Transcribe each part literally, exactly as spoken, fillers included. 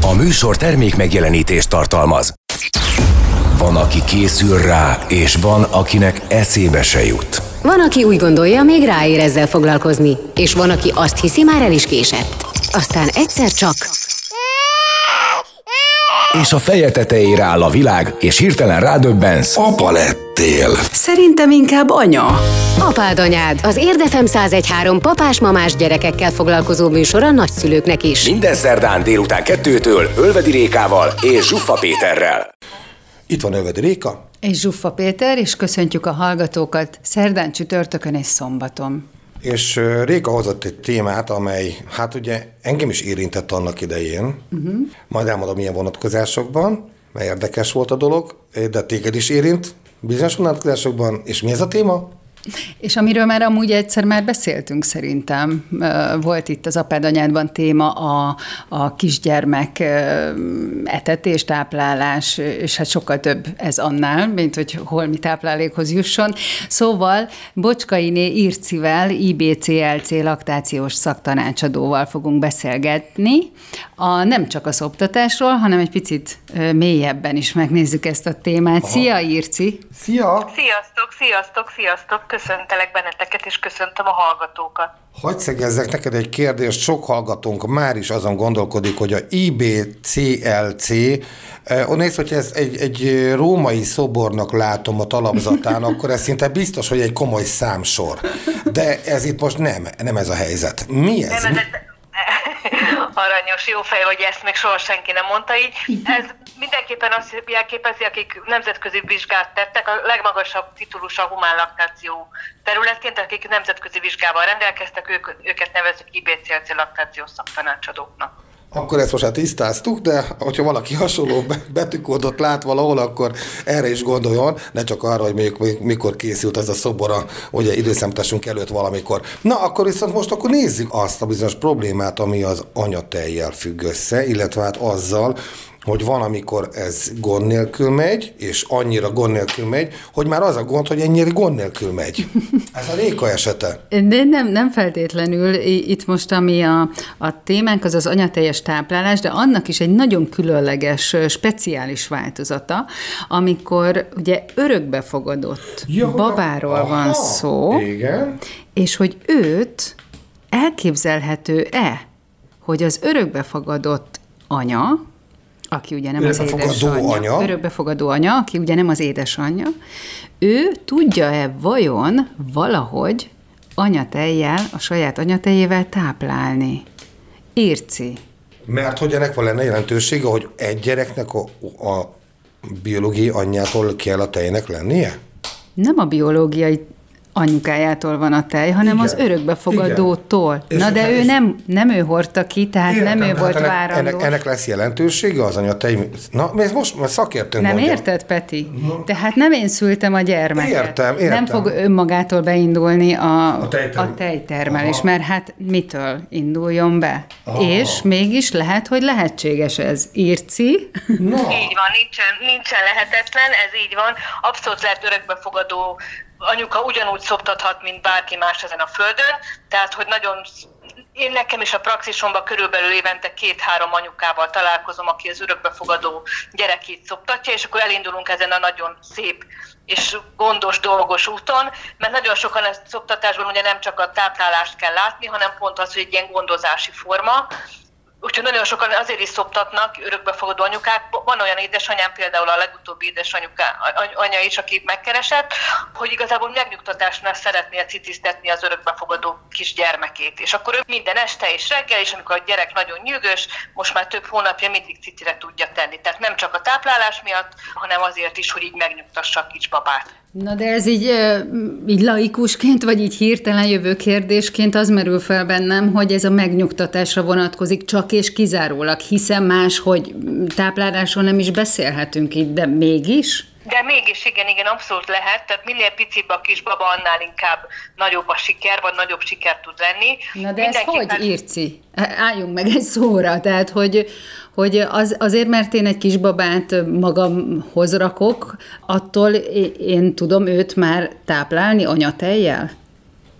A műsor termék megjelenítést tartalmaz. Van, aki készül rá, és van, akinek eszébe se jut. Van, aki úgy gondolja, még ráér ezzel foglalkozni, és van, aki azt hiszi, már el is késett. Aztán egyszer csak... És a feje tetejére áll a világ, és hirtelen rádöbbensz. Apa lettél. Szerintem inkább anya. Apád anyád, az Érd ef em száz egy három papás-mamás gyerekekkel foglalkozó műsor a nagyszülőknek is. Minden szerdán délután kettőtől Ölvedi Rékával és Zsuffa Péterrel. Itt van Ölvedi Réka. És Zsuffa Péter, és köszöntjük a hallgatókat szerdán, csütörtökön és szombaton. És Réka hozott egy témát, amely, hát ugye engem is érintett annak idején, uh-huh. majd elmondom milyen vonatkozásokban, mert érdekes volt a dolog, de téged is érint bizonyos vonatkozásokban, és mi ez a téma? És amiről már amúgy egyszer már beszéltünk szerintem, volt itt az apád anyádban téma a, a kisgyermek etetés, táplálás, és hát sokkal több ez annál, mint hogy holmi táplálékhoz jusson. Szóval Bocskainé Ircivel, i bé cé el cé laktációs szaktanácsadóval fogunk beszélgetni, a, nem csak a szoptatásról, hanem egy picit mélyebben is megnézzük ezt a témát. Aha. Szia, Irci! Szia! Sziasztok, sziasztok, sziasztok! Köszöntelek benneteket, és köszöntöm a hallgatókat. Hadd szegezzek neked egy kérdést, sok hallgatónk már is azon gondolkodik, hogy a i bé cé el cé, nézd, hogyha ezt egy, egy római szobornak látom a talapzatán, akkor ez szinte biztos, hogy egy komoly számsor. De ez itt most nem, nem ez a helyzet. Mi ez? Nem, ez, ez aranyos, jó fej, hogy ezt még soha senki nem mondta így. Ez mindenképpen azt jelképezi, akik nemzetközi vizsgát tettek, a legmagasabb titulus a humán laktáció területén, tehát akik nemzetközi vizsgával rendelkeztek, ők, őket nevezzük i bé cé el cé laktációs szaktanácsadóknak. Akkor ezt most hát tisztáztuk, de hogyha valaki hasonló betűkódot lát valahol, akkor erre is gondoljon, ne csak arra, hogy még, még mikor készült ez a szobora, ugye időszámításunk előtt valamikor. Na, akkor viszont most akkor nézzük azt a bizonyos problémát, ami az anyatejjel függ össze, illetve hát azzal, hogy van, amikor ez gond nélkül megy, és annyira gond nélkül megy, hogy már az a gond, hogy ennyire gond nélkül megy. Ez a Réka esete. De nem, nem feltétlenül. Itt most, ami a, a témánk, az az anyateljes táplálás, de annak is egy nagyon különleges, speciális változata, amikor ugye örökbefogadott ja, babáról aha, van szó, igen. És hogy őt elképzelhető-e, hogy az örökbefogadott anya, aki ugye nem az édesanyja, anya. örökbefogadó anya, aki ugye nem az édesanyja, ő tudja-e vajon valahogy anyatejjel, a saját anyatejével táplálni? Irci. Mert hogy ennek van lenne jelentősége, hogy egy gyereknek a, a biológiai anyjától kell a tejnek lennie? Nem a biológiai anyukájától van a tej, hanem igen, az örökbefogadótól. Igen. Na de ő nem, nem ő hordta ki, tehát értem, nem ő volt ennek, várandós. Ennek, ennek lesz jelentősége az anyatej? Na, ez most már szakértőn Nem mondja. érted, Peti? No. Tehát nem én szültem a gyermeket. Értem, értem. Nem fog önmagától beindulni a, a, tejterm... a tejtermelés, aha, mert hát mitől induljon be? Aha. És mégis lehet, hogy lehetséges ez. Irci? No. Így van, nincsen, nincsen lehetetlen, ez így van. Abszolút lehet örökbefogadó anyuka ugyanúgy szoptathat, mint bárki más ezen a földön, tehát, hogy nagyon, én nekem is a praxisomban körülbelül évente két-három anyukával találkozom, aki az örökbefogadó gyerekét szoptatja, és akkor elindulunk ezen a nagyon szép és gondos, dolgos úton, mert nagyon sokan a szoptatásban ugye nem csak a táplálást kell látni, hanem pont az, hogy egy ilyen gondozási forma. Úgyhogy nagyon sokan azért is szoptatnak, örökbefogadó anyukák. Van olyan édesanyám, például a legutóbbi édesanyja is, aki megkeresett, hogy igazából megnyugtatásnál szeretné ciciztetni az örökbefogadó kisgyermekét. És akkor ő minden este és reggel, és amikor a gyerek nagyon nyűgös, most már több hónapja mindig cicire tudja tenni. Tehát nem csak a táplálás miatt, hanem azért is, hogy így megnyugtassa a kisbabát. Na de ez így, így laikusként, vagy így hirtelen jövő kérdésként az merül fel bennem, hogy ez a megnyugtatásra vonatkozik csak és kizárólag, hiszen máshogy táplálásról nem is beszélhetünk itt, de mégis? De mégis igen, igen, abszolút lehet, tehát minél picibb a kisbaba, annál inkább nagyobb a siker, vagy nagyobb siker tud lenni. Na de ez hogy, Irci? Álljunk meg egy szóra, tehát hogy, hogy az, azért, mert én egy kisbabát magamhoz rakok, attól én tudom őt már táplálni anyatejjel?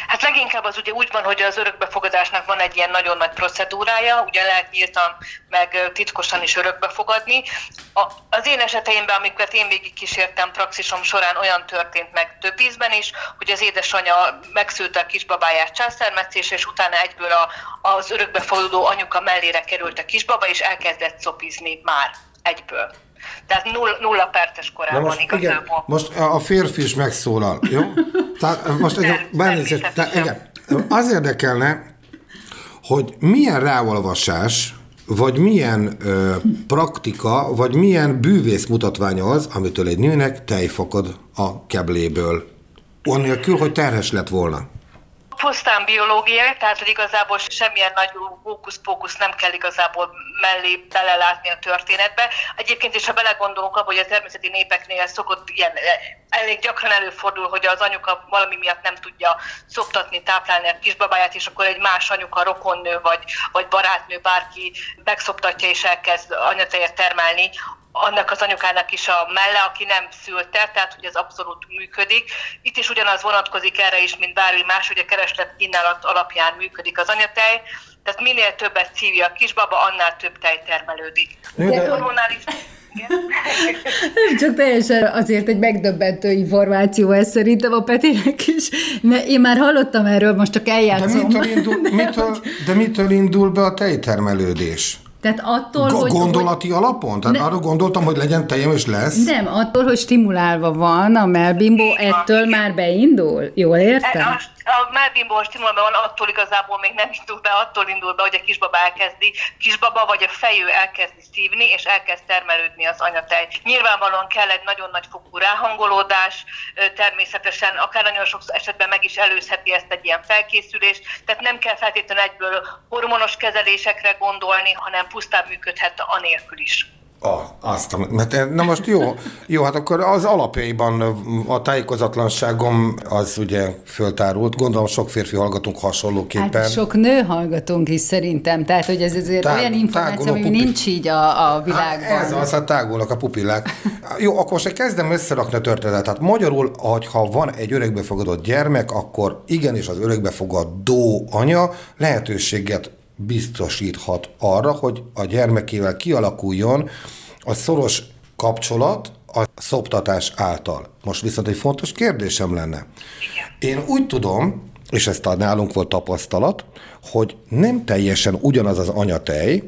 Hát leginkább az ugye úgy van, hogy az örökbefogadásnak van egy ilyen nagyon nagy procedúrája, ugye lehet nyíltan, meg titkosan is örökbefogadni. A, az én eseteimben, amiket én végigkísértem praxisom során, olyan történt meg több ízben is, hogy az édesanyja megszülte a kisbabáját császármetszésre, és utána egyből a, az örökbefogadó anyuka mellére került a kisbaba, és elkezdett szopizni már egyből. Tehát nulla, nulla perces korában most, igazából. Igen, most a férfi is megszólal, jó? Tehát most egy, bárnézést, tehát, igen, az érdekelne, hogy milyen ráolvasás, vagy milyen ö, praktika, vagy milyen bűvész mutatványa az, amitől egy nőnek tej fakad a kebléből. Onnélkül, hogy terhes lett volna. Pusztán biológiai, tehát hogy igazából semmilyen nagy hókusz-pókusz nem kell igazából mellé belelátni a történetbe. Egyébként is, ha belegondolunk abba, hogy a természeti népeknél szokott ilyen, elég gyakran előfordul, hogy az anyuka valami miatt nem tudja szoptatni, táplálni a kisbabáját, és akkor egy más anyuka, rokonnő vagy, vagy barátnő, bárki megszoptatja és elkezd anyatejet termelni, annak az anyukának is a melle, aki nem szülte, tehát hogy ez abszolút működik. Itt is ugyanaz vonatkozik erre is, mint bármi más, hogy a kereslet kínálat alapján működik az anyatej, tehát minél többet szívja a kisbaba, annál több tej termelődik. De hormonális... Nem csak teljesen azért egy megdöbbentő információ ez szerintem a Petinek is. Én már hallottam erről, most csak eljátszom. De mitől indul, mitől, de mitől indul be a tejtermelődés? Tehát attól, G- hogy... Gondolati hogy, alapon? Tehát ne, arra gondoltam, hogy legyen tejem és lesz? Nem, attól, hogy stimulálva van a melbimbó, ettől már beindul? Jól értem? A, a melbimbó stimulálva van, attól igazából még nem indul be, attól indul be, hogy a kisbaba elkezdi, kisbaba vagy a fejő elkezdi szívni, és elkezd termelődni az anyatej. Nyilvánvalóan kell egy nagyon nagy fokú ráhangolódás, természetesen akár nagyon sok esetben meg is előzheti ezt egy ilyen felkészülés, tehát nem kell feltétlenül egyből hormonos kezelésekre gondolni, hanem pusztán működhet anélkül is. Ah, azt, mert na most jó, jó, hát akkor az alapjaiban a tájékozatlanságom az ugye föltárult. Gondolom sok férfi hallgatunk hasonlóképpen. Hát sok nő hallgatunk is szerintem, tehát hogy ez azért Tág, olyan információ, ami pupi... nincs így a, a világban. Hát ez az, hát tágulnak a pupillák. Jó, akkor most kezdem összerakni a történetet. Hát magyarul, ha van egy örökbefogadott gyermek, akkor igenis az örökbefogadó anya lehetőséget biztosíthat arra, hogy a gyermekével kialakuljon a szoros kapcsolat a szoptatás által. Most viszont egy fontos kérdésem lenne. Én úgy tudom, és ezt a nálunk volt tapasztalat, hogy nem teljesen ugyanaz az anyatej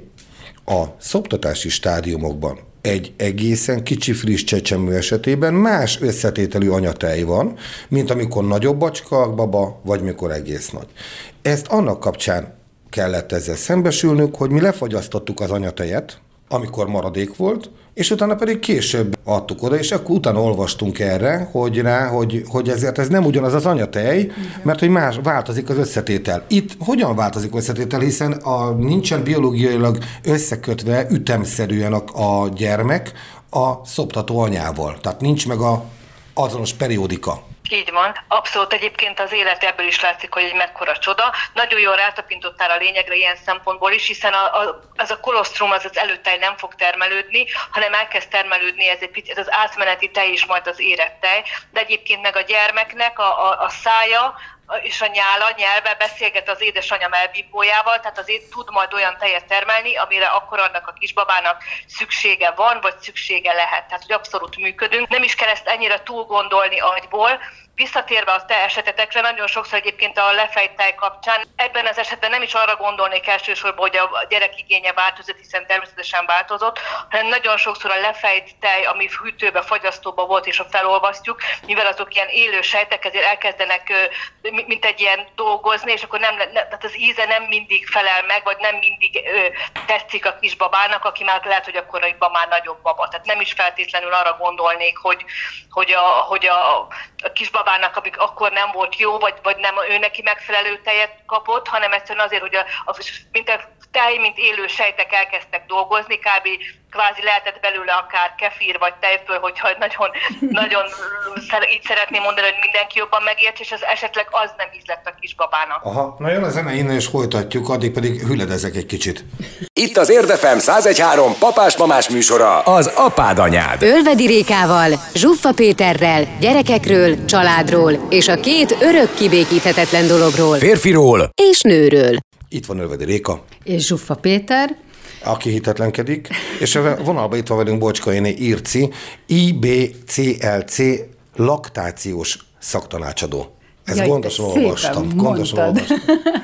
a szoptatási stádiumokban. Egy egészen kicsi friss csecsemő esetében más összetételű anyatej van, mint amikor nagyobb bacska a baba, vagy mikor egész nagy. Ezt annak kapcsán kellett ezzel szembesülnünk, hogy mi lefagyasztottuk az anyatejet, amikor maradék volt, és utána pedig később adtuk oda, és akkor utána olvastunk erre, hogy rá, hogy, hogy ezért ez nem ugyanaz az anyatej, mert hogy más, változik az összetétel. Itt hogyan változik az összetétel, hiszen a, nincsen biológiailag összekötve ütemszerűen a, a gyermek a szoptató anyával. Tehát nincs meg a azonos periódika. Így van. Abszolút egyébként az élet ebből is látszik, hogy egy mekkora csoda. Nagyon jól rátapintottál a lényegre ilyen szempontból is, hiszen a, a, az a kolostrum, az az előtej nem fog termelődni, hanem elkezd termelődni, ez, egy picit, ez az átmeneti tej is majd az érett tej, de egyébként meg a gyermeknek a, a, a szája, és a nyála, nyelve beszélget az édesanyja melbimbójával, tehát azért tud majd olyan tejet termelni, amire akkor annak a kisbabának szüksége van, vagy szüksége lehet. Tehát, hogy abszolút működünk. Nem is kell ezt ennyire túl gondolni agyból. Visszatérve a te esetetekre, nagyon sokszor egyébként a lefejt tej kapcsán, ebben az esetben nem is arra gondolnék elsősorban, hogy a gyerek igénye változott, hiszen természetesen változott, hanem nagyon sokszor a lefejt tej, ami hűtőbe, fagyasztóba volt, és a felolvasztjuk, mivel azok ilyen élő sejtek, ezért elkezdenek mint egy ilyen dolgozni, és akkor nem, tehát az íze nem mindig felel meg, vagy nem mindig ö, tetszik a kisbabának, aki már lehet, hogy akkor már nagyobb baba. Tehát nem is feltétlenül arra gondolnék, hogy, hogy a, hogy a, a kisbabának, amik akkor nem volt jó, vagy, vagy nem ő neki megfelelő tejet kapott, hanem egyszerűen azért, hogy a, a, mint a tej, mint élő sejtek elkezdtek dolgozni, kb. kvázi lehetett belőle akár kefír vagy tejföl, hogyha nagyon, nagyon így szeretném mondani, hogy mindenki jobban megért, és az esetleg az nem ízlett a kisbabának. Aha, na jön a zene, innen is folytatjuk, addig pedig hüledezek egy kicsit. Itt az Érd ef em száz egy pont három papás-mamás műsora, az Apád Anyád. Ölvedi Rékával, Zsuffa Péterrel, gyerekekről, családról és a két örök kibékíthetetlen dologról. Férfiról És nőről. Itt van Ölvedi Réka. És Zsuffa Péter. Aki hitetlenkedik, és a vonalban itt van velünk Bocskainé Irci, I B C L C laktációs szaktanácsadó. Ezt Jaj, gondosan olvastam. Gondosan olvastam.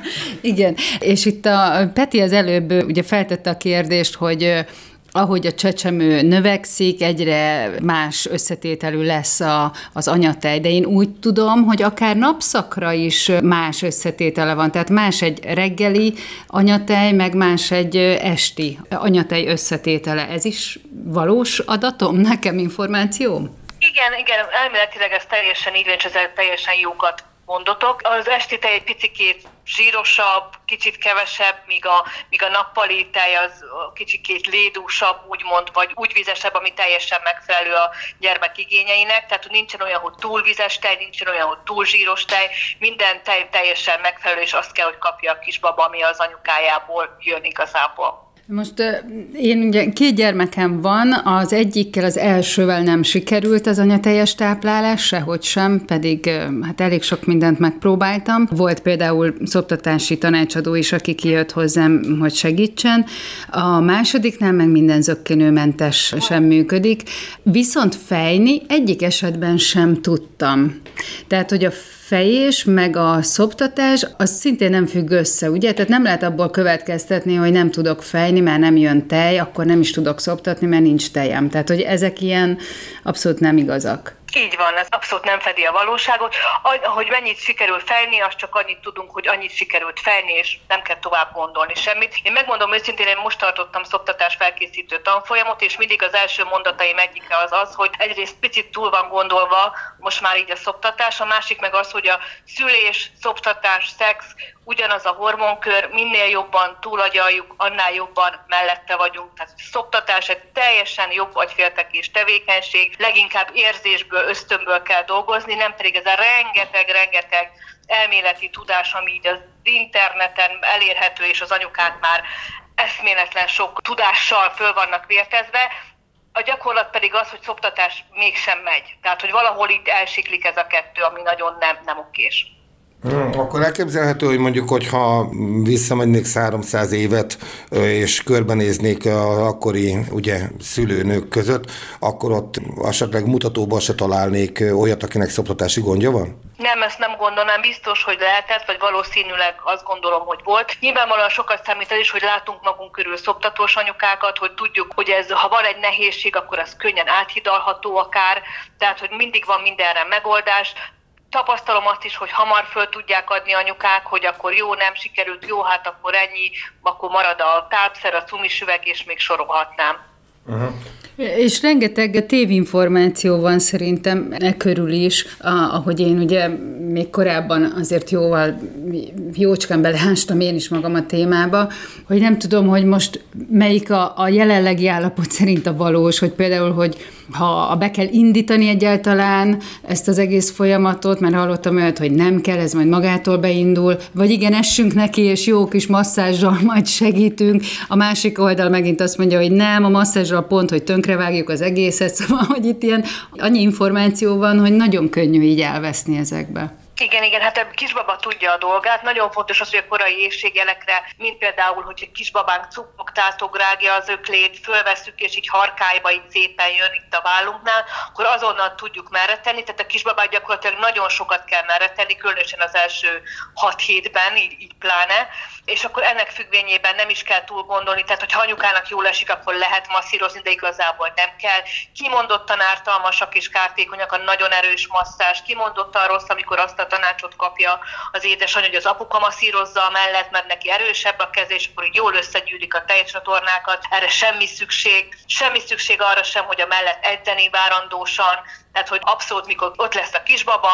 Igen, és itt a Peti az előbb ugye feltette a kérdést, hogy ahogy a csecsemő növekszik, egyre más összetételű lesz a, az anyatej, de én úgy tudom, hogy akár napszakra is más összetétele van, tehát más egy reggeli anyatej, meg más egy esti anyatej összetétele. Ez is valós adatom? Nekem információm? Igen, igen, elméletileg ez teljesen így van, és ezzel teljesen jókat mondotok. Az esti tej egy picikét zsírosabb, kicsit kevesebb, míg a, míg a nappali tej az kicsikét lédúsabb, úgymond, vagy úgy vizesebb, ami teljesen megfelelő a gyermek igényeinek. Tehát nincsen olyan, hogy túl vizes tej, nincsen olyan, hogy túl zsíros tej, minden tej teljesen megfelelő, és azt kell, hogy kapja a kisbaba, ami az anyukájából jön igazából. Most én ugye két gyermekem van, az egyikkel, az elsővel nem sikerült az anyatejes táplálás, sehogy sem, pedig hát elég sok mindent megpróbáltam. Volt például szoptatási tanácsadó is, aki kijött hozzám, hogy segítsen. A másodiknál meg minden zökkenőmentes sem működik. Viszont fejni egyik esetben sem tudtam. Tehát, hogy a fejés, meg a szoptatás, az szintén nem függ össze, ugye? Tehát nem lehet abból következtetni, hogy nem tudok fejni, mert nem jön tej, akkor nem is tudok szoptatni, mert nincs tejem. Tehát, hogy ezek ilyen abszolút nem igazak. Így van, ez abszolút nem fedi a valóságot. Hogy mennyit sikerül fejni, azt csak annyit tudunk, hogy annyit sikerült fejni, és nem kell tovább gondolni semmit. Én megmondom őszintén, én most tartottam szoptatás felkészítő tanfolyamot, és mindig az első mondataim egyike az az, hogy egyrészt picit túl van gondolva most már így a szoptatás, a másik meg az, hogy a szülés, szoptatás, szex, ugyanaz a hormonkör, minél jobban túlagyaljuk, annál jobban mellette vagyunk. Tehát szoptatás egy teljesen jobb agyféltekés tevékenység, leginkább érzésből, ösztönből kell dolgozni, nem pedig ez a rengeteg-rengeteg elméleti tudás, ami így az interneten elérhető, és az anyukák már eszméletlen sok tudással föl vannak vértezve. A gyakorlat pedig az, hogy szoptatás mégsem megy. Tehát, hogy valahol itt elsiklik ez a kettő, ami nagyon nem, nem okés. Hmm, akkor elképzelhető, hogy mondjuk, hogyha visszamennék háromszáz évet, és körbenéznék az akkori ugye, szülőnők között, akkor ott esetleg mutatóban se találnék olyat, akinek szoptatási gondja van? Nem, ezt nem gondolnám, biztos, hogy lehetett, vagy valószínűleg azt gondolom, hogy volt. Nyilvánvalóan sokat számít az is, hogy látunk magunk körül szoptatós anyukákat, hogy tudjuk, hogy ez, ha van egy nehézség, akkor az könnyen áthidalható akár, tehát, hogy mindig van mindenre megoldás. Tapasztalom azt is, hogy hamar föl tudják adni anyukák, hogy akkor jó, nem sikerült, jó, hát akkor ennyi, akkor marad a tápszer, a cumisüveg, és még sorolhatnám. Uh-huh. És rengeteg tévinformáció van szerintem e körül is, ahogy én ugye még korábban azért jóval, jócskán belehástam én is magam a témába, hogy nem tudom, hogy most melyik a, a jelenlegi állapot szerint a valós, hogy például, hogy ha be kell indítani egyáltalán ezt az egész folyamatot, mert hallottam olyat, hogy nem kell, ez majd magától beindul, vagy igen, essünk neki, és jó kis masszázsal majd segítünk. A másik oldal megint azt mondja, hogy nem, a masszázsal pont, hogy tönkrevágjuk az egészet, szóval, hogy itt ilyen annyi információ van, hogy nagyon könnyű így elveszni ezekbe. Igen, igen, hát a kisbaba tudja a dolgát. Nagyon fontos az, hogy a korai éhségjelekre, mint például, hogy egy kisbabánk cuppog, tátog, rágja az öklét, fölvesszük, és így harkályba így szépen jön itt a vállunknál, akkor azonnal tudjuk merre tenni. Tehát a kisbabát gyakorlatilag nagyon sokat kell merre tenni, különösen az első hat hétben, így, így pláne. És akkor ennek függvényében nem is kell túl gondolni, tehát hogyha anyukának jól esik, akkor lehet masszírozni, de igazából nem kell. Kimondottan ártalmasak és kártékonyak a nagyon erős masszázs, kimondottan rossz, amikor azt a tanácsot kapja az édesanyja, hogy az apuka masszírozza a mellett, mert neki erősebb a keze, és akkor így jól összegyűlik a tejcsatornákat. Erre semmi szükség, semmi szükség arra sem, hogy a mellett edzeni várandósan, tehát hogy abszolút mikor ott lesz a kisbaba,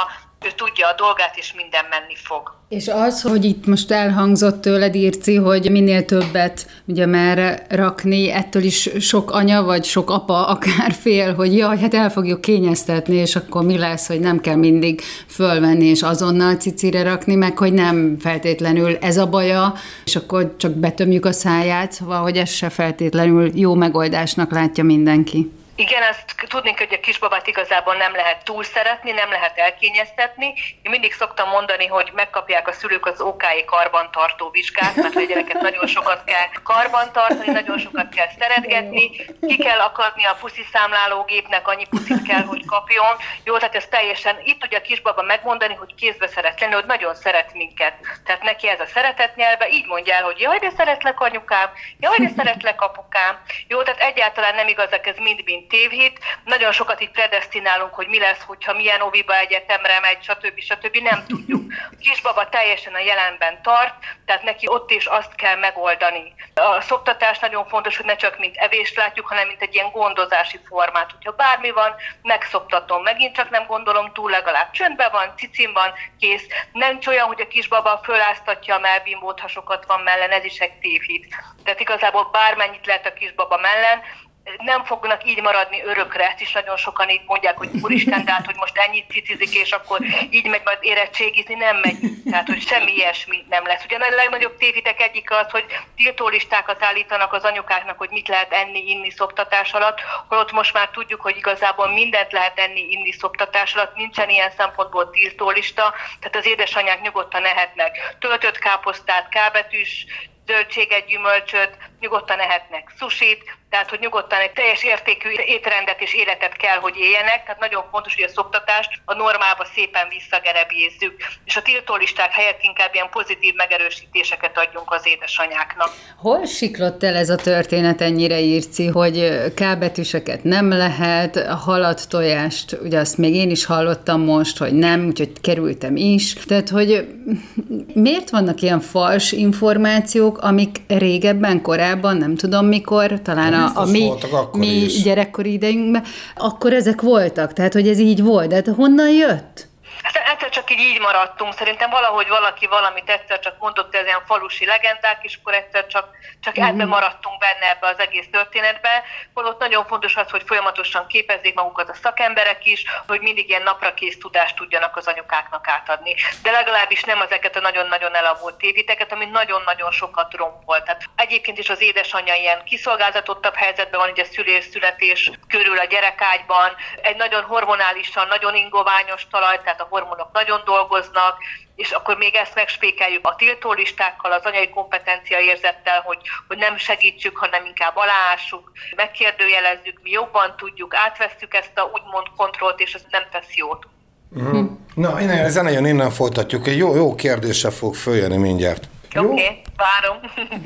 ő tudja a dolgát, és minden menni fog. És az, hogy itt most elhangzott tőled, Irci, hogy minél többet ugye merre rakni, ettől is sok anya vagy sok apa akár fél, hogy jaj, hát el fogjuk kényeztetni, és akkor mi lesz, hogy nem kell mindig fölvenni és azonnal cicire rakni, meg hogy nem feltétlenül ez a baja, és akkor csak betömjük a száját, valahogy ez se feltétlenül jó megoldásnak látja mindenki. Igen, azt tudni, hogy a kisbabát igazából nem lehet túl szeretni, nem lehet elkényeztetni. Én mindig szoktam mondani, hogy megkapják a szülők az ó ká é karbantartó vizsgát, mert a gyereket nagyon sokat kell karbantartani, nagyon sokat kell szeretgetni, ki kell akadni a puszi számlálógépnek, annyi puszit kell, hogy kapjon. Jó, tehát ez teljesen, itt tudja a kisbaba megmondani, hogy kézbe szeret lenni, hogy nagyon szeret minket. Tehát neki ez a szeretet nyelve, így mondja el, hogy jaj, de szeretlek anyukám, jaj, de szeretlek apukám. Jó, tehát egyáltalán nem igazak ez mind-mind tévhit. Nagyon sokat itt predesztinálunk, hogy mi lesz, hogyha milyen oviba, egyetemre megy, stb. stb. Nem tudjuk. A kisbaba teljesen a jelenben tart, tehát neki ott is azt kell megoldani. A szoptatás nagyon fontos, hogy ne csak mint evést látjuk, hanem mint egy ilyen gondozási formát. Hogyha bármi van, megszoptatom. Megint csak nem gondolom túl, legalább csöndben van, cicin van, kész. Nem olyan, hogy a kisbaba föláztatja a melbimbót, ha sokat van mellen, ez is egy tévhit. Tehát igazából bármennyit lehet a kisbaba mellen, nem fognak így maradni örökre, ezt is nagyon sokan így mondják, hogy úristen, tehát, hogy most ennyit cicizik, és akkor így megy majd érettségizni, nem megy. Tehát, hogy semmi ilyesmi nem lesz. Ugye a legnagyobb tévitek egyik az, hogy tiltólistákat állítanak az anyukáknak, hogy mit lehet enni, inni szoptatás alatt, holott most már tudjuk, hogy igazából mindent lehet enni, inni szoptatás alatt, nincsen ilyen szempontból tiltólista, tehát az édesanyák nyugodtan ehetnek töltött káposztát, kábetűs, zöldséget, gyümölcsöt, nyugodtan ehetnek sushit, tehát hogy nyugodtan egy teljes értékű étrendet és életet kell, hogy éljenek, tehát nagyon fontos, hogy a szoptatást a normába szépen visszagerebjézzük, és a tiltólisták helyett inkább ilyen pozitív megerősítéseket adjunk az édesanyáknak. Hol siklott el ez a történet ennyire, Irci, hogy kábetűseket nem lehet, halat, tojást, ugye azt még én is hallottam most, hogy nem, úgyhogy kerültem is. Tehát, hogy miért vannak ilyen fals információk, amik régebben, korábban, nem tudom mikor, talán a A, a mi, mi gyerekkori idejünkben, akkor ezek voltak, tehát hogy ez így volt, de hát honnan jött? Egyszer csak így, így maradtunk, szerintem valahogy valaki valamit egyszer csak mondott, ez ilyen falusi legendák, és akkor egyszer csak, csak mm-hmm. ebbe maradtunk benne ebbe az egész történetbe. Holott nagyon fontos az, hogy folyamatosan képezzék magukat a szakemberek is, hogy mindig ilyen naprakész tudást tudjanak az anyukáknak átadni. De legalábbis nem ezeket a nagyon-nagyon elavult téviteket, ami nagyon-nagyon sokat rompol. Tehát egyébként is az édesanyja ilyen kiszolgáltatottabb helyzetben van, ugye szülés-születés körül a gyerekágyban, egy nagyon hormonálisan, nagyon ingoványos talaj, tehát a hormonok nagyon dolgoznak, és akkor még ezt megspékeljük a tiltólistákkal, az anyai kompetencia érzettel, hogy, hogy nem segítsük, hanem inkább aláássuk, megkérdőjelezzük, mi jobban tudjuk, átvesszük ezt a úgymond kontrollt, és ez nem tesz jót. Mm. Na, innen, ezen jön, innen folytatjuk. Egy jó, jó kérdéssel fog följönni mindjárt. Oké, okay, várom.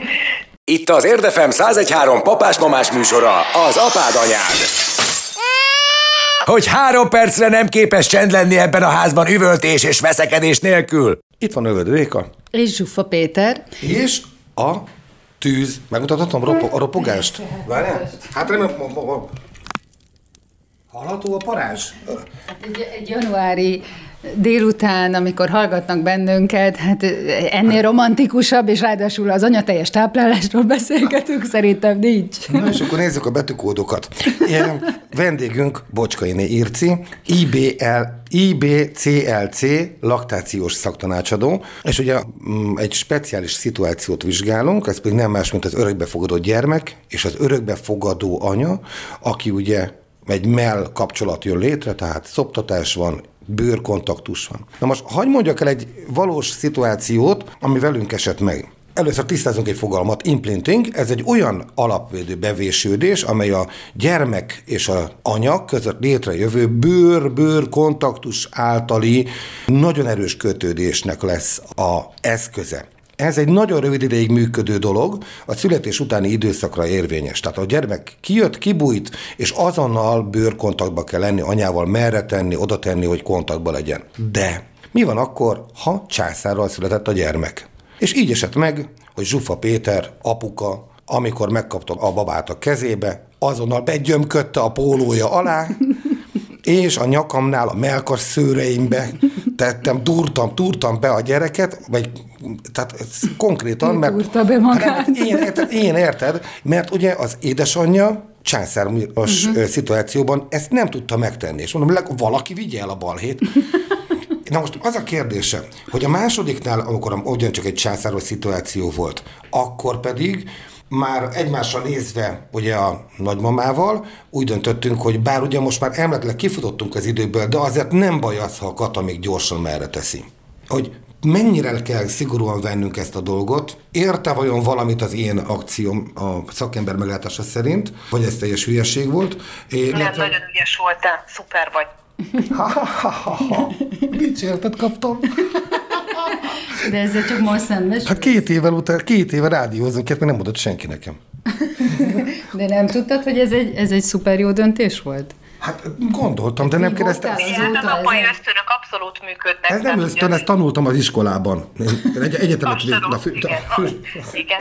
Itt az Érdef ef em száz egy három papás-mamás műsora, az apád anyád. Hogy három percre nem képes csend lenni ebben a házban üvöltés és veszekedés nélkül. Itt van Övöd Réka. És Zsuffa Péter. És a tűz. Megmutathatom ropo- a ropogást? Várjál? Hát remélem... Hallható a parázs? Egy, egy januári délután, amikor hallgatnak bennünket, hát ennél romantikusabb, és ráadásul az anyateljes táplálásról beszélgetünk, szerintem nincs. Na, és akkor nézzük a betűkódokat. Ilyen vendégünk Bocskainé Irci, I B L, I B C L C, laktációs szaktanácsadó, és ugye egy speciális szituációt vizsgálunk, ez pedig nem más, mint az örökbefogadó gyermek, és az örökbefogadó anya, aki ugye egy mell kapcsolat jön létre, tehát szoptatás van, bőrkontaktus van. Na most hadd mondjak el egy valós szituációt, ami velünk esett meg. Először tisztázunk egy fogalmat, implanting, ez egy olyan alapvédő bevésődés, amely a gyermek és az anya között létrejövő bőr-bőr kontaktus általi nagyon erős kötődésnek lesz az eszköze. Ez egy nagyon rövid ideig működő dolog, a születés utáni időszakra érvényes. Tehát a gyermek kijött, kibújt, és azonnal bőrkontaktba kell lenni anyával, merre tenni, oda tenni, hogy kontaktba legyen. De mi van akkor, ha császárral született a gyermek? És így esett meg, hogy Zsuffa Péter, apuka, amikor megkapta a babát a kezébe, azonnal begyömködte a pólója alá, és a nyakamnál, a mellkas szőreimbe tettem, túrtam, túrtam be a gyereket, vagy tehát konkrétan, mert... Túrta be magát. Hát, én, érted, én érted, mert ugye az édesanyja császárműros uh-huh. szituációban ezt nem tudta megtenni, és mondom, valaki vigye el a balhét. Na most az a kérdése, hogy a másodiknál, amikor ugyancsak egy császáros szituáció volt, akkor pedig már egymással nézve ugye a nagymamával úgy döntöttünk, hogy bár ugye most már elméletileg kifutottunk az időből, de azért nem baj az, ha a Kata még gyorsan merre teszi. Hogy mennyire kell szigorúan vennünk ezt a dolgot, érte vajon valamit az én akcióm a szakember meglátása szerint, vagy ez teljes hülyeség volt? É, nem, mert... nagyon ügyes voltál, szuper vagy. Ha-ha-ha-ha, dicsértet kaptam. De ezzel csak most szembes. Hát két évvel után, két éve rádiózunk, még nem mondott senki nekem. De nem tudtad, hogy ez egy, ez egy szuper jó döntés volt? Hát gondoltam, de nem kérdeztem. Hát az apai ösztönök abszolút működnek. Ez nem ösztön, ezt tanultam az iskolában. Egy, egyetemet Abszolút, igen. igen.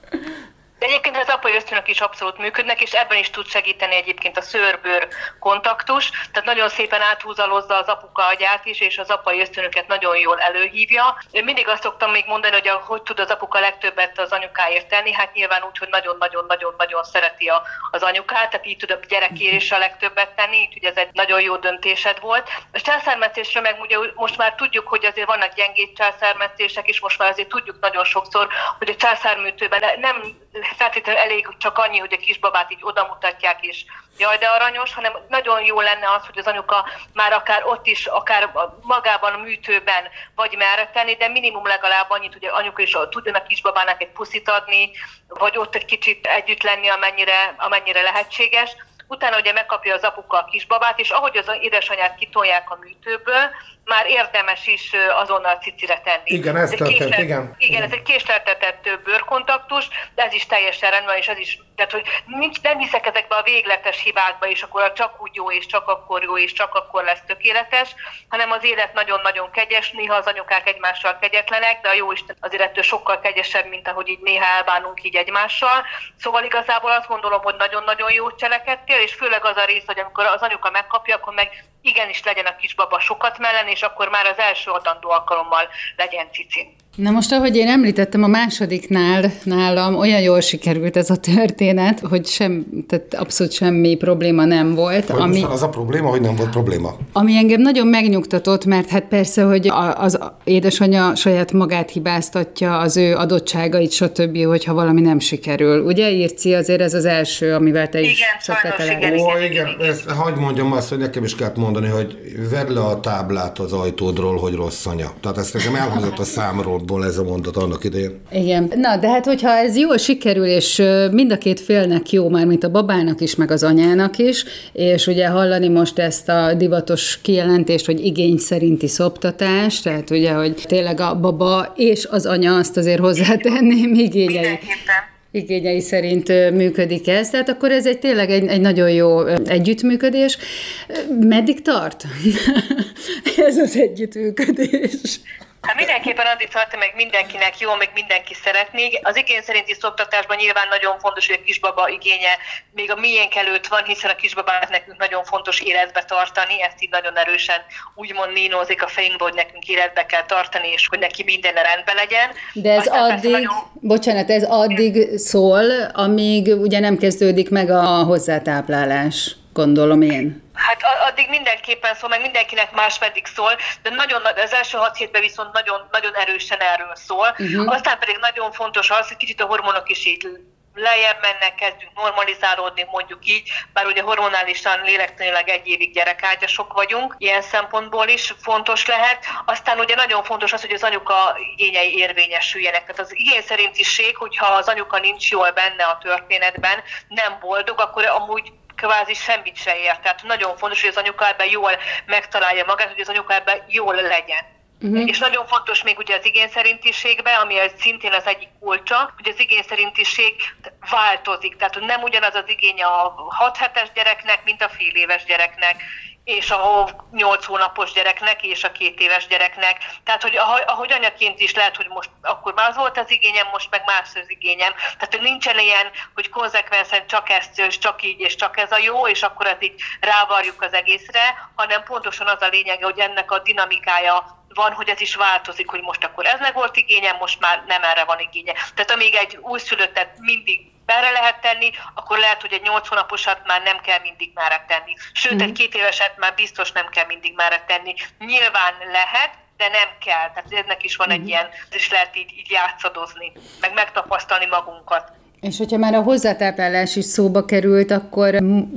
De egyébként az apai ösztönök is abszolút működnek, és ebben is tud segíteni egyébként a szőr-bőr kontaktus, tehát nagyon szépen áthúzalozza az apuka agyát is, és az apai ösztönöket nagyon jól előhívja. Én mindig azt szoktam még mondani, hogy a, hogy tud az apuka legtöbbet az anyukáért tenni, hát nyilván úgy, hogy nagyon-nagyon-nagyon-nagyon szereti a, az anyukát, tehát így tud a gyerekért is a legtöbbet tenni, úgyhogy ez egy nagyon jó döntésed volt. A császármetszésről meg ugye most már tudjuk, hogy azért vannak gyengébb császármetszések, és most már azért tudjuk nagyon sokszor, hogy a császárműtőben nem feltétlenül elég csak annyi, hogy a kisbabát így odamutatják, és jaj, de aranyos, hanem nagyon jó lenne az, hogy az anyuka már akár ott is, akár magában a műtőben vagy merre tenni, de minimum legalább annyit, hogy anyuka is tudjon a kisbabának egy puszit adni, vagy ott egy kicsit együtt lenni, amennyire, amennyire lehetséges. Utána ugye megkapja az apuka a kisbabát, és ahogy az édesanyát kitolják a műtőből, már érdemes is azonnal cicire tenni. Igen, ez történt, késler, igen. Igen, ez egy késleltetett bőrkontaktus, de ez is teljesen rendben, és ez is, tehát hogy nincs, nem hiszek ezekbe a végletes hibákba, és akkor csak úgy jó, és csak akkor jó, és csak akkor lesz tökéletes, hanem az élet nagyon-nagyon kegyes, néha az anyukák egymással kegyetlenek, de a Jóisten azért ettől sokkal kegyesebb, mint ahogy így néha elbánunk így egymással. Szóval igazából azt gondolom, hogy nagyon-nagyon jó cselekedtél, és főleg az a rész, hogy amikor az anyuka megkapja, akkor meg igenis legyen a kisbaba sokat mellen, és akkor már az első adandó alkalommal legyen cicin. Na most, ahogy én említettem, a másodiknál nálam olyan jól sikerült ez a történet, hogy sem, tehát abszolút semmi probléma nem volt. Vagy ami, az a probléma, hogy nem volt probléma? Ami engem nagyon megnyugtatott, mert hát persze, hogy az édesanyja saját magát hibáztatja, az ő adottságait, stb., hogyha valami nem sikerül. Ugye, Irci, azért ez az első, amivel te is szoktál találni. Ó, igen, igen. Ezt, hagyd mondjam azt, hogy nekem is kellett mondani, hogy vedd le a táblát az ajtódról, hogy rossz anya. Tehát ezt nekem elhangzott a számról. Ez a mondat annak idején. Igen. Na, de hát, hogyha ez jól sikerül, és mind a két félnek jó, már mint a babának is, meg az anyának is, és ugye hallani most ezt a divatos kijelentést, hogy igény szerinti szoptatás, tehát ugye, hogy tényleg a baba és az anya, azt azért hozzátenném, igényei. igényei szerint működik ez, tehát akkor ez egy tényleg egy, egy nagyon jó együttműködés. Meddig tart ez az együttműködés? Hát mindenképpen addig tart, meg mindenkinek jó, meg mindenki szeretné. Az igény szerinti szoptatásban nyilván nagyon fontos, hogy a kisbaba igénye még a miénk előtt van, hiszen a kisbabát nekünk nagyon fontos életbe tartani, ezt így nagyon erősen úgymond nínózik a fejünkbe, hogy nekünk életbe kell tartani, és hogy neki minden rendben legyen. De ez Aztán addig, nagyon... bocsánat, ez addig szól, amíg ugye nem kezdődik meg a hozzátáplálás, gondolom én. Hát addig mindenképpen szól, meg mindenkinek más meddig szól, de nagyon, az első hat hétben viszont nagyon, nagyon erősen erről szól. Uh-huh. Aztán pedig nagyon fontos az, hogy kicsit a hormonok is így lejjebb mennek, kezdünk normalizálódni, mondjuk így, bár ugye hormonálisan, lélektanilag egy évig gyerekágyasok vagyunk, ilyen szempontból is fontos lehet. Aztán ugye nagyon fontos az, hogy az anyuka igényei érvényesüljenek. Tehát az igény szerintiség, hogyha az anyuka nincs jól benne a történetben, nem boldog, akkor amúgy kvázi semmit se ér. Tehát nagyon fontos, hogy az anyuka ebben jól megtalálja magát, hogy az anyuka ebben jól legyen. Uh-huh. És nagyon fontos még ugye az igényszerintiségben, ami szintén az egyik kulcsa, hogy az igényszerintiség változik. Tehát nem ugyanaz az igény a hat hetes gyereknek, mint a fél éves gyereknek. és a nyolc hónapos gyereknek, és a két éves gyereknek. Tehát, hogy ahogy anyaként is lehet, hogy most akkor már az volt az igényem, most meg más az igényem. Tehát, hogy nincsen ilyen, hogy konzekvensen csak ezt, és csak így, és csak ez a jó, és akkor ezt így rávarjuk az egészre, hanem pontosan az a lényege, hogy ennek a dinamikája van, hogy ez is változik, hogy most akkor ez meg volt igényem, most már nem erre van igénye. Tehát amíg egy újszülöttet mindig erre lehet tenni, akkor lehet, hogy egy nyolc hónaposat már nem kell mindig merre tenni. Sőt, mm. egy két éveset már biztos nem kell mindig merre tenni. Nyilván lehet, de nem kell. Tehát ennek is van mm. egy ilyen, és lehet így, így játszadozni, meg megtapasztalni magunkat. És hogyha már a hozzátáplálás is szóba került, akkor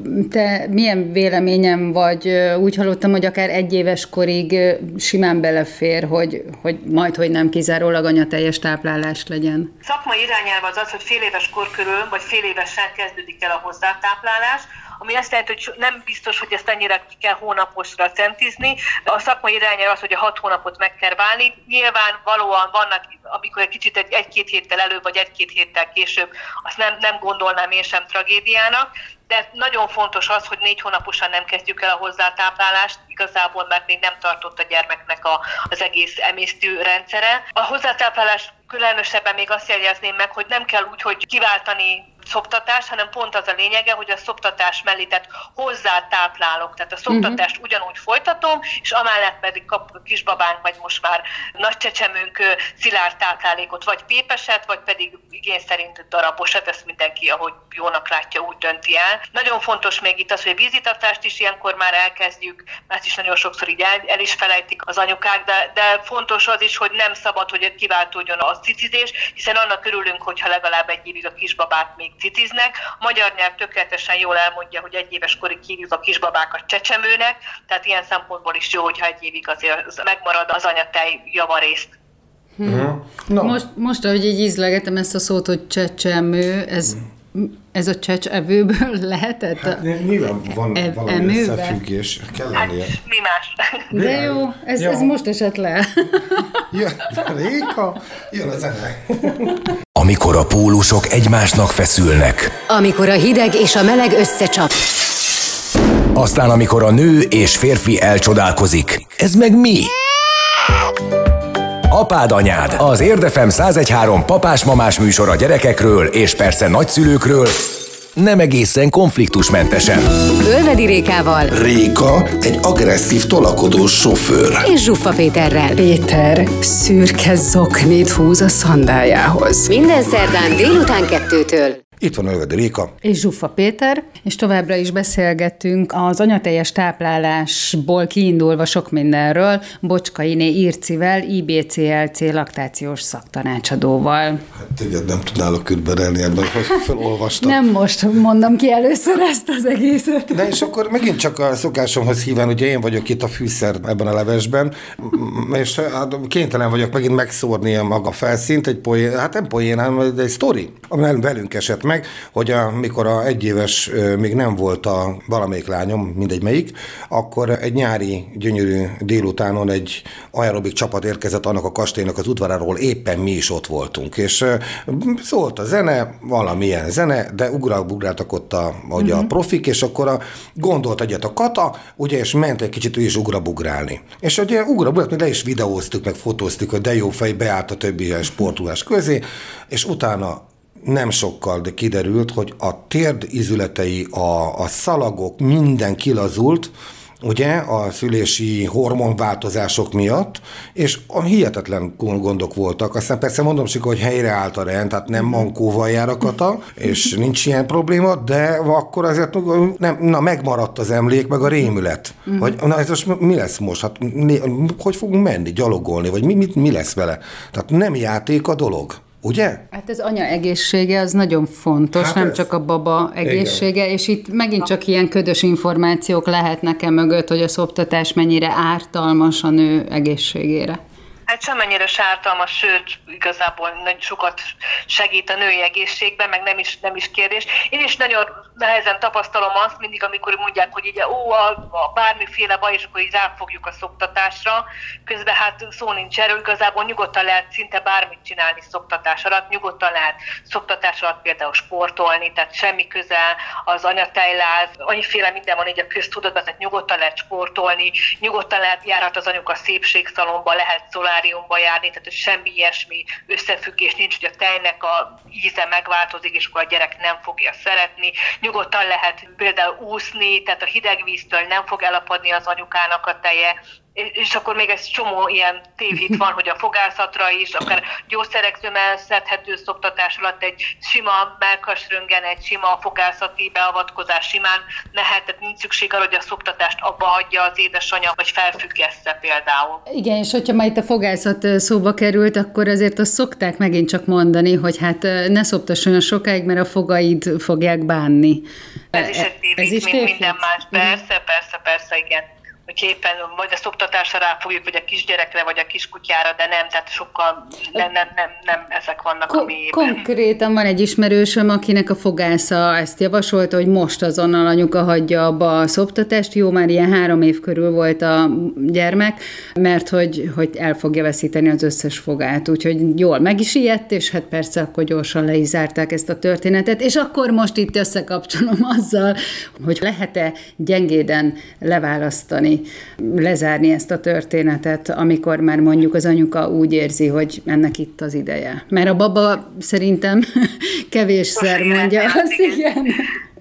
te milyen véleményem vagy? Úgy hallottam, hogy akár egy éves korig simán belefér, hogy, hogy majd, hogy nem kizárólag anyateljes táplálás legyen. Szakmai irányelv az az, hogy fél éves kor körül, vagy fél évesen kezdődik el a hozzátáplálás, ami azt jelenti, hogy nem biztos, hogy ezt ennyire ki kell hónaposra centizni. A szakmai irányelv az, hogy a hat hónapot meg kell válni. Nyilván valóan vannak, amikor egy kicsit egy, egy-két héttel előbb, vagy egy-két héttel később, azt nem, nem gondolnám én sem tragédiának, de nagyon fontos az, hogy négy hónaposan nem kezdjük el a hozzátáplálást, igazából, mert még nem tartott a gyermeknek a, az egész emésztő rendszere. A hozzátáplálás különösebben még azt jegyezném meg, hogy nem kell úgy, hogy kiváltani szoptatás, hanem pont az a lényege, hogy a szoptatás mellé, tehát hozzátáplálok, tehát a szoptatást uh-huh. ugyanúgy folytatom, és amellett pedig kap a kisbabánk, vagy most már nagy csecsemőnk szilárd táplálékot, vagy pépeset, vagy pedig igény szerint darabosat, ezt mindenki, ahogy jónak látja, úgy dönti el. Nagyon fontos még itt az, hogy a vízitatást is ilyenkor már elkezdjük, mert is nagyon sokszor így el, el is felejtik az anyukák, de, de fontos az is, hogy nem szabad, hogy kiváltódjon a cicizés, hiszen annak örülünk, hogyha legalább egy évig a kisbabát még ciciznek. A magyar nyelv tökéletesen jól elmondja, hogy egy éves korig hívjuk a kisbabákat csecsemőnek, tehát ilyen szempontból is jó, hogyha egy évig azért megmarad az anyatej javarészt. Hmm. No. Most, most, ahogy így ízlegetem ezt a szót, hogy csecsemő, ez, ez a csecsevőből lehetett? Hát, nyilván van e- valami emőbe? Összefüggés. Kell lennie. Hát, mi más? De jó, ez, ez most esett le. Jön Réka, jön a zene. Amikor a pólusok egymásnak feszülnek. Amikor a hideg és a meleg összecsap. Aztán amikor a nő és férfi elcsodálkozik. Ez meg mi? Apád anyád, az Érdefem száz egy három papás-mamás műsora gyerekekről és persze nagyszülőkről, nem egészen konfliktusmentesen. Ölvedi Rékával. Réka egy agresszív, tolakodós sofőr. És Zsuffa Péterrel. Péter szürke zoknit húz a szandájához. Minden szerdán délután kettőtől. Itt van Ölvedi Réka. És Zsuffa Péter, és továbbra is beszélgetünk az anyateljes táplálásból kiindulva sok mindenről Bocskainé Ircivel, I B C L C laktációs szaktanácsadóval. Hát téged nem tudnálok ütberelni ebben, hogy felolvastam. Nem most mondom ki először ezt az egészet. De és akkor megint csak a szokásomhoz híván, ugye én vagyok itt a fűszer ebben a levesben, és hát kénytelen vagyok megint megszórni a maga felszínt, egy poén, hát nem poén, hanem egy sztori, ami velünk esett meg, hogy amikor a egyéves még nem volt a valamelyik lányom, mindegy melyik, akkor egy nyári gyönyörű délutánon egy aerobik csapat érkezett annak a kastélynak az udvaráról, éppen mi is ott voltunk, és szólt a zene, valamilyen zene, de ugráltak ott a, ugye uh-huh. a profik, és akkor a, gondolt egyet a Kata, ugye, és ment egy kicsit ő is ugrabugrálni. És ugye ugrabugrálni, le is videóztuk, meg fotóztuk, hogy de jó fej, beállt a többi sportolás közé, és utána nem sokkal, de kiderült, hogy a térd izületei, a, a szalagok, minden kilazult, ugye, a szülési hormonváltozások miatt, és a hihetetlen gondok voltak. Aztán persze mondom csak, hogy helyreállt a rend, tehát nem mankóval jár a Kata, és nincs ilyen probléma, de akkor azért nem, na, megmaradt az emlék, meg a rémület. Hogy, na ez most mi lesz most? Hát hogy fogunk menni, gyalogolni, vagy mi, mi, mi lesz vele? Tehát nem játék a dolog. Ugye? Hát az anya egészsége az nagyon fontos, hát nem ez... csak a baba egészsége, igen. És itt megint csak ilyen ködös információk lehetnek e mögött, hogy a szoptatás mennyire ártalmas a nő egészségére. Hát semennyire sártalmas, sőt, igazából nagyon sokat segít a női egészségben, meg nem is, nem is kérdés. Én is nagyon nehezen tapasztalom azt mindig, amikor mondják, hogy ugye, ó, a, a bármiféle baj, és akkor így ráfogjuk a szoptatásra. Közben hát szó nincs erről, igazából nyugodtan lehet szinte bármit csinálni szoptatás alatt, nyugodtan lehet szoptatás alatt például sportolni, tehát semmi köze az anyatejláz, annyiféle minden van így a köztudatban, tehát nyugodtan lehet sportolni, nyugodtan lehet járhat az anyuka szépségszalonba, lehet szoláriumba járni, tehát semmi ilyesmi összefüggés nincs, hogy a tejnek a íze megváltozik, és akkor a gyerek nem fogja szeretni. Nyugodtan lehet például úszni, tehát a hideg víztől nem fog elapadni az anyukának a teje, és akkor még egy csomó ilyen tévhit van, hogy a fogászatra is, akár gyógyszerekről szedhető szoptatás alatt egy sima mellkasröntgen, egy sima fogászati beavatkozás simán mehet, tehát nincs szükség arra, hogy a szoptatást abba hagyja az édesanyja, vagy felfüggeszte például. Igen, és hogyha majd a fogászat szóba került, akkor azért azt szokták megint csak mondani, hogy hát ne szoptass olyan sokáig, mert a fogaid fogják bánni. Ez is egy tévhit, mint minden más. Persze, persze, persze, igen. Hogy éppen vagy a szoptatásra ráfogjuk, vagy a kisgyerekre, vagy a kiskutyára, de nem, tehát sokkal nem, nem, nem, nem ezek vannak Ko- a mélyében. Konkrétan van egy ismerősöm, akinek a fogásza ezt javasolta, hogy most azonnal anyuka hagyja abba a szoptatást, jó, már ilyen három év körül volt a gyermek, mert hogy, hogy el fogja veszíteni az összes fogát, úgyhogy jól meg is ijedt, és hát persze akkor gyorsan le is zárták ezt a történetet, és akkor most itt összekapcsolom azzal, hogy lehet-e gyengéden leválasztani, lezárni ezt a történetet, amikor már mondjuk az anyuka úgy érzi, hogy ennek itt az ideje. Mert a baba szerintem kevésszer mondja azt, igen.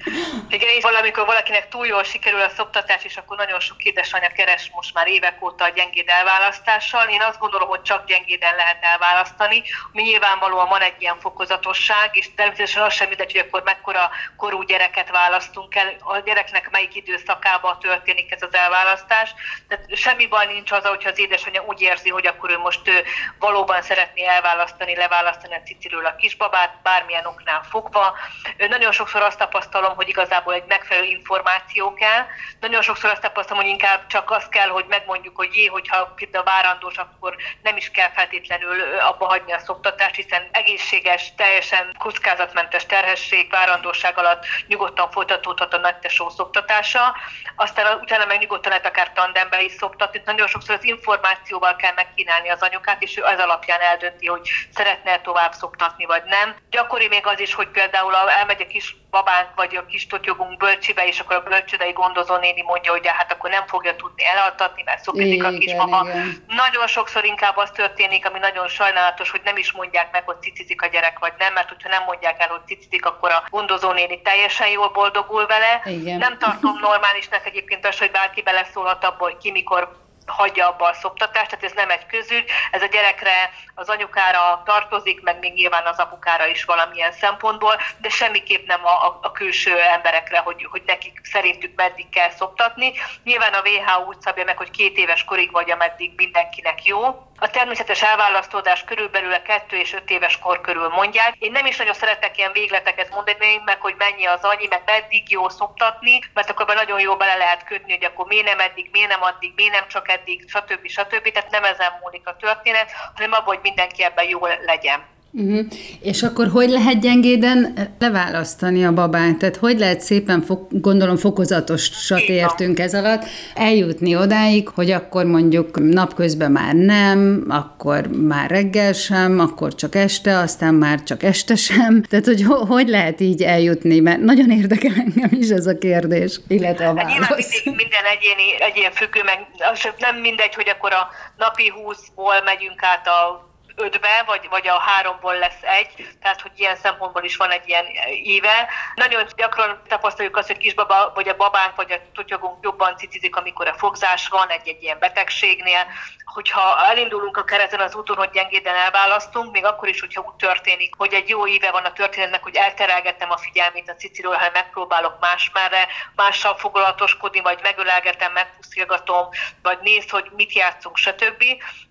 Igen, és valamikor valakinek túl jól sikerül a szoptatás, és akkor nagyon sok édesanyja keres most már évek óta a gyengéd elválasztással. Én azt gondolom, hogy csak gyengéden lehet elválasztani. Mi nyilvánvalóan van egy ilyen fokozatosság, és természetesen az sem mindegy, hogy akkor mekkora korú gyereket választunk el, a gyereknek melyik időszakában történik ez az elválasztás. Tehát semmi baj nincs az, hogyha az édesanyja úgy érzi, hogy akkor ő most ő valóban szeretné elválasztani, leválasztani a ciciről a kisbabát, bármilyen oknál fogva. Nagyon sokszor azt tapasztalom, hogy igazából egy megfelelő információ kell. Nagyon sokszor azt tapasztalom, hogy inkább csak az kell, hogy megmondjuk, hogy jé, hogyha például várandós, akkor nem is kell feltétlenül abba hagyni a szoptatást, hiszen egészséges, teljesen kockázatmentes terhesség, várandóság alatt nyugodtan folytatódhat a nagytesó szoptatása. Aztán utána meg nyugodtan lehet akár tandembe is szoptatni. Nagyon sokszor az információval kell megkínálni az anyukát, és ő az alapján eldönti, hogy szeretne tovább szoptatni, vagy nem. Gyakori még az is, hogy például elmegy a kis babánk, vagy a kis totyogunk bölcsibe, és akkor a bölcsődei gondozó néni mondja, hogy hát akkor nem fogja tudni elaltatni, mert szopizik a kismama. Nagyon sokszor inkább az történik, ami nagyon sajnálatos, hogy nem is mondják meg, hogy cicizik a gyerek, vagy nem, mert hogyha nem mondják el, hogy cicizik, akkor a gondozó néni teljesen jól boldogul vele. Igen. Nem tartom normálisnak egyébként az, hogy bárki beleszólhat abba, hogy ki mikor hagyja abba a szoptatást, tehát ez nem egy közügy, ez a gyerekre, az anyukára tartozik, meg még nyilván az apukára is valamilyen szempontból, de semmiképp nem a, a, a külső emberekre, hogy, hogy nekik szerintük meddig kell szoptatni. Nyilván a vé há ó úgy szabja meg, hogy két éves korig vagy, ameddig mindenkinek jó. A természetes elválasztódás körülbelül a kettő és öt éves kor körül mondják. Én nem is nagyon szeretek ilyen végleteket mondani, meg hogy mennyi az annyi, meg meddig jó szoptatni, mert akkor nagyon jó bele lehet kötni, hogy akkor miért nem eddig, miért nem addig, miért nem csak eddig, stb. stb. Tehát nem ezen múlik a történet, hanem abban, hogy mindenki ebben jól legyen. Uh-huh. És akkor hogy lehet gyengéden leválasztani a babát? Tehát hogy lehet szépen, fo- gondolom fokozatosat értünk ez alatt, eljutni odáig, hogy akkor mondjuk napközben már nem, akkor már reggel sem, akkor csak este, aztán már csak este sem. Tehát, hogy ho- hogy lehet így eljutni? Mert nagyon érdekel engem is ez a kérdés, illetve a válasz. Nyilván minden egyéni, egyén függő, meg nem mindegy, hogy akkor a napi húszból megyünk át a ötbe, vagy, vagy a háromból lesz egy, tehát hogy ilyen szempontból is van egy ilyen íve. Nagyon gyakran tapasztaljuk azt, hogy kisbaba, vagy a babánk, vagy a totyogunk jobban cicizik, amikor a fogzás van egy-egy ilyen betegségnél. Hogyha elindulunk akár ezen az úton, hogy gyengéden elválasztunk, még akkor is, hogyha úgy történik, hogy egy jó íve van a történetnek, hogy elterelgetem a figyelmét a ciciről, ha megpróbálok más merre, mással foglalatoskodni, vagy megölelgetem, megpuszilgatom, vagy nézd, hogy mit játszunk, stb.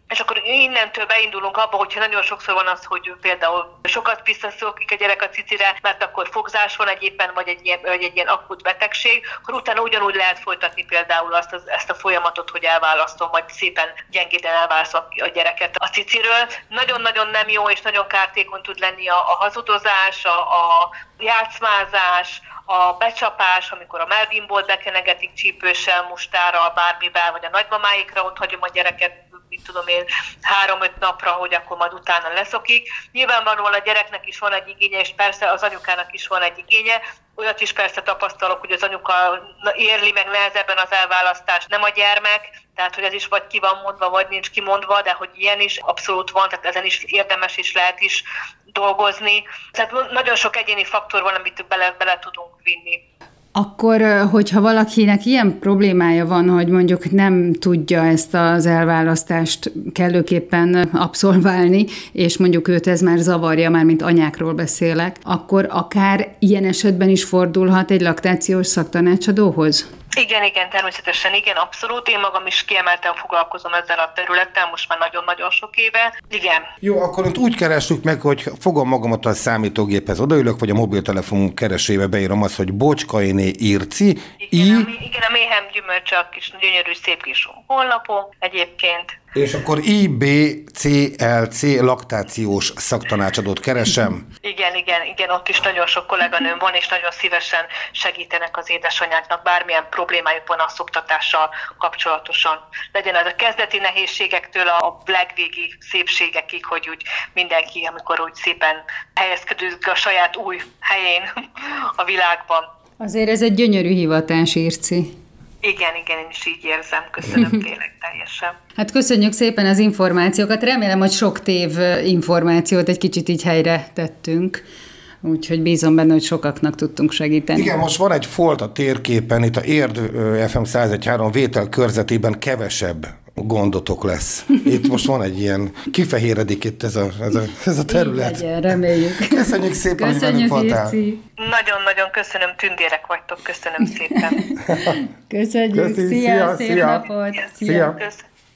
És akkor innentől beindulunk abba, hogyha nagyon sokszor van az, hogy például sokat visszaszokik a gyerek a cicire, mert akkor fogzás van egy éppen, vagy egy ilyen, vagy egy ilyen akut betegség, akkor utána ugyanúgy lehet folytatni például azt, az, ezt a folyamatot, hogy elválasztom, vagy szépen gyengéden elválasztom a gyereket a ciciről. Nagyon-nagyon nem jó és nagyon kártékony tud lenni a, a hazudozás, a, a játszmázás, a becsapás, amikor a melbimbolt bekenegetik csípőssel, mustárral, bármivel, vagy a nagymamáikra ott hagyom a gyereket, mit tudom én, három-öt napra, hogy akkor majd utána leszokik. Nyilvánvalóan a gyereknek is van egy igénye, és persze az anyukának is van egy igénye. Olyat is persze tapasztalok, hogy az anyuka érli meg nehezebben az elválasztást, nem a gyermek, tehát hogy ez is vagy ki van mondva, vagy nincs kimondva, de hogy ilyen is abszolút van, tehát ezen is érdemes is lehet is dolgozni. Tehát nagyon sok egyéni faktor van, amit bele, bele tudunk vinni. Akkor, hogyha valakinek ilyen problémája van, hogy mondjuk nem tudja ezt az elválasztást kellőképpen abszolválni, és mondjuk őt ez már zavarja, már mint anyákról beszélek, akkor akár ilyen esetben is fordulhat egy laktációs szaktanácsadóhoz? Igen, igen, természetesen igen, abszolút. Én magam is kiemelten foglalkozom ezzel a területtel, most már nagyon-nagyon sok éve. Igen. Jó, akkor itt úgy keressük meg, hogy fogom magamat a számítógéphez, odaülök, vagy a mobiltelefon keresébe beírom azt, hogy Bocskainé Irci. Igen, I... a, igen, a méhem gyümölcs a kis gyönyörű szép kis honlapom egyébként. És akkor I B C L C laktációs szaktanácsadót keresem. Igen, igen, igen, ott is nagyon sok kolléganőm van, és nagyon szívesen segítenek az édesanyáknak bármilyen problémájuk van a szoktatással kapcsolatosan. Legyen az a kezdeti nehézségektől a legvégi szépségekig, hogy úgy mindenki, amikor úgy szépen helyezkedik a saját új helyén a világban. Azért ez egy gyönyörű hivatás, Irci. Igen, igen, én is így érzem. Köszönöm tényleg teljesen. Hát köszönjük szépen az információkat. Remélem, hogy sok tév információt egy kicsit így helyre tettünk. Úgyhogy bízom benne, hogy sokaknak tudtunk segíteni. Igen, most van egy folt a térképen, itt a Érd F M száz egy három vétel körzetében kevesebb gondotok lesz. Itt most van egy ilyen, kifehéredik itt ez a, ez a, ez a terület. Így legyen, reméljük. Köszönjük szépen, hogy velünk voltál. Nagyon-nagyon köszönöm, tündérek vagytok, köszönöm szépen. Köszönjük, Köszi, szia, szia, szép szia. napot. Szia. Szia. Szia.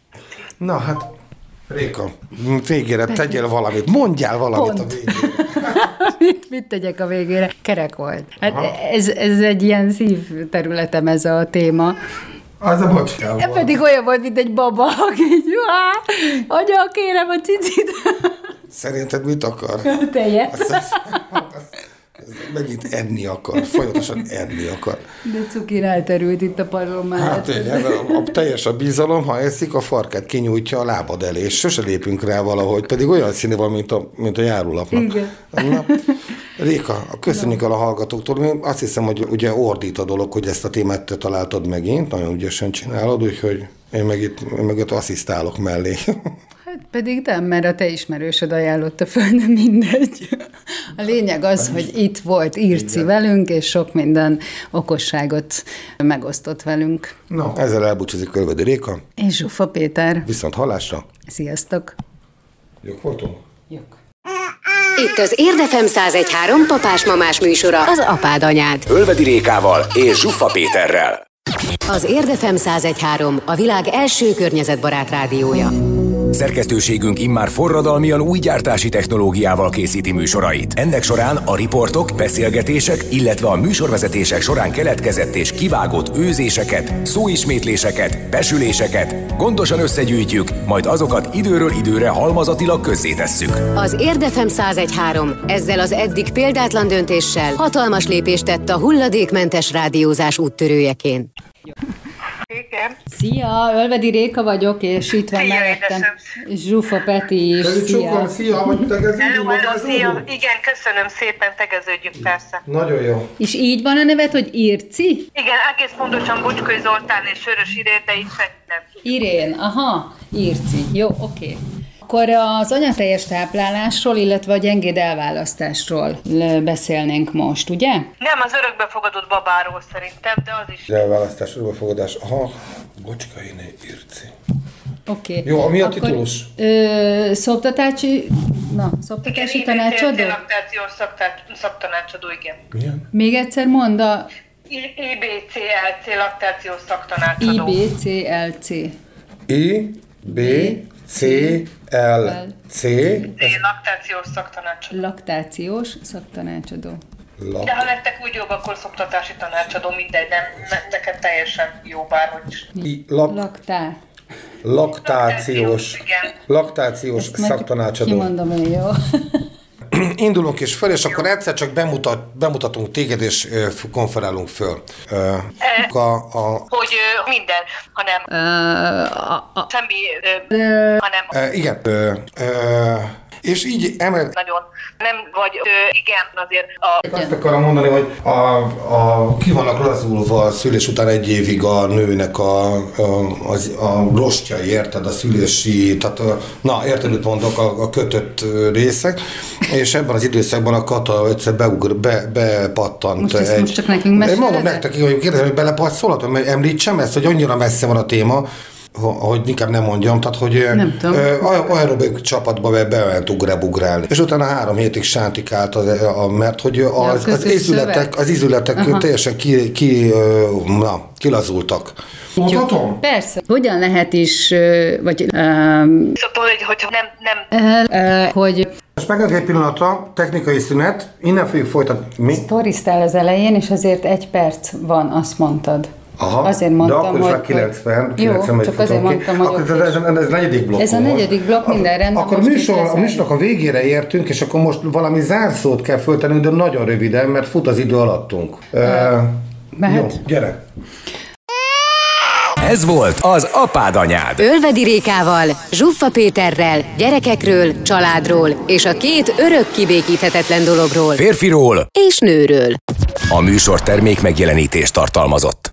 Na hát, Réka, végére tegyél valamit, mondjál valamit Pont. a végére. mit, mit tegyek a végére? Kerek volt. Hát ez, ez egy ilyen szívterületem ez a téma. Az a bocskám volt. Pedig olyan volt, mint egy baba, aki így, anya, kérem a cicit. Szerinted mit akar? Tejet. Azt, azt, azt, megint enni akar, folyamatosan enni akar. De cukir elterült itt a padlón már. Hát igen, a, a teljes a bizalom, ha eszik, a farkát kinyújtja a lábad elé, és sose lépünk rá valahogy, pedig olyan színe van, mint a, mint a járólapnak. Igen. Na, Réka, köszönjük el a hallgatóktól. Én azt hiszem, hogy ugye ordít a dolog, hogy ezt a témát te találtad megint, nagyon ügyesen csinálod, úgyhogy én meg itt, én meg itt asszisztálok mellé. Hát pedig nem, mert a te ismerősöd ajánlotta föl, de mindegy. A lényeg az, hogy itt volt Irci Igen. velünk, és sok minden okosságot megosztott velünk. Na, ezzel elbúcsúzik Ölvedi Réka. És Zsufa Péter. Viszont hallásra. Sziasztok. Jók voltunk? Jók. Itt az Érd F M száz egy három papás-mamás műsora, az apád anyád. Ölvedi Rékával és Zsufa Péterrel. Az Érd F M száz egy három a világ első környezetbarát rádiója. Szerkesztőségünk immár forradalmian új gyártási technológiával készíti műsorait. Ennek során a riportok, beszélgetések, illetve a műsorvezetések során keletkezett és kivágott őzéseket, szóismétléseket, besüléseket gondosan összegyűjtjük, majd azokat időről időre halmazatilag közzétesszük. Az Érd F M száz egy három ezzel az eddig példátlan döntéssel hatalmas lépést tett a hulladékmentes rádiózás úttörőjeként. Igen. Szia, Ölvedi Réka vagyok, és itt van Szia, mellettem Zsufa Peti is. Szia. Szia, hogy tegeződjünk magazódunk? Igen, köszönöm szépen, tegeződjük persze. Nagyon jó. És így van a neved, hogy Irci? Igen, egész pontosan Bocskői Zoltán és Sörös Irén, de itt nem. Irén, aha, Irci. Jó, oké. Okay. Akkor az anyateljes táplálásról, illetve a gyengéd elválasztásról beszélnénk most, ugye? Nem, az örökbefogadott babáról szerintem, de az is. Elválasztás, örökbefogadás, aha, Bocskainé Irci. Oké. Okay. Jó, mi a titulus? Ö, szoptatási, na, szoptatási igen, tanácsadó? Igen, laktációs szaktanácsadó, igen. Milyen? Még egyszer mondd a... I B C L C laktációs szaktanácsadó. I B C L C. I B C, L, C. Laktációs szaktanácsadó. Laktációs szaktanácsadó. Lak. De ha nektek úgy jobb, akkor szoktatási tanácsadó, mindegy, nem, neked teljesen jó bárhogy is. I, lak, Laktá. laktációs, igen. laktációs Ezt majd szaktanácsadó. kimondom én, jó? Indulunk is föl, és akkor egyszer csak bemutat, bemutatunk téged, és ö, konferálunk föl. Ö, a, a, Hogy ö, minden, hanem Uh, a, a, semmi, ö, hanem ö, igen. Ö, ö, és így emel... nagyon nem vagy, ö, igen, azért a... Azt akarom mondani, hogy a, a, ki vannak lazulva a szülés után egy évig a nőnek a, a, az, a rostjai, érted, a szülési, tehát a, na, érted, mit mondok, a, a kötött részek, és ebben az időszakban a Kata egyszer beugr, be, bepattant. Most ezt egy, most csak nekünk meséled? Én mondom nektek, hogy kérdezem, hogy belepasszolhatom, mert említsem ezt, hogy annyira messze van a téma, hogy inkább nem mondjam, tehát hogy aerobik csapatba be, bement ugrabugrálni. És utána három hétig sántikált, az, a, mert hogy az, ja, az izületek, az izületek Aha. teljesen ki, ki, na, kilazultak. Mondhatom? Persze. Hogyan lehet is, vagy... Uh, Szóval, hogy, hogyha nem... nem uh, uh, hogy... Most megadjuk egy pillanatra, technikai szünet, innen fogjuk folytatni. Mi? Sztoriztál az elején, és azért egy perc van, azt mondtad. Aha, azért mondtam, de akkor is hogy, már kilencven, jó, kilencven csak azért mondtam, hogy... Akkor ez, ez, ez negyedik blokk. Ez a negyedik blokk, minden rendben. Akkor műsor, a műsornak a végére értünk, és akkor most valami zárszót kell föltennünk, de nagyon röviden, mert fut az idő alattunk. Uh, Mehet? Jó, gyere! Ez volt az Apád Anyád. Ölvedi Rékával, Zsuffa Péterrel, gyerekekről, családról és a két örök kibékíthetetlen dologról, Férfiról és nőről. a műsor termék megjelenítést tartalmazott.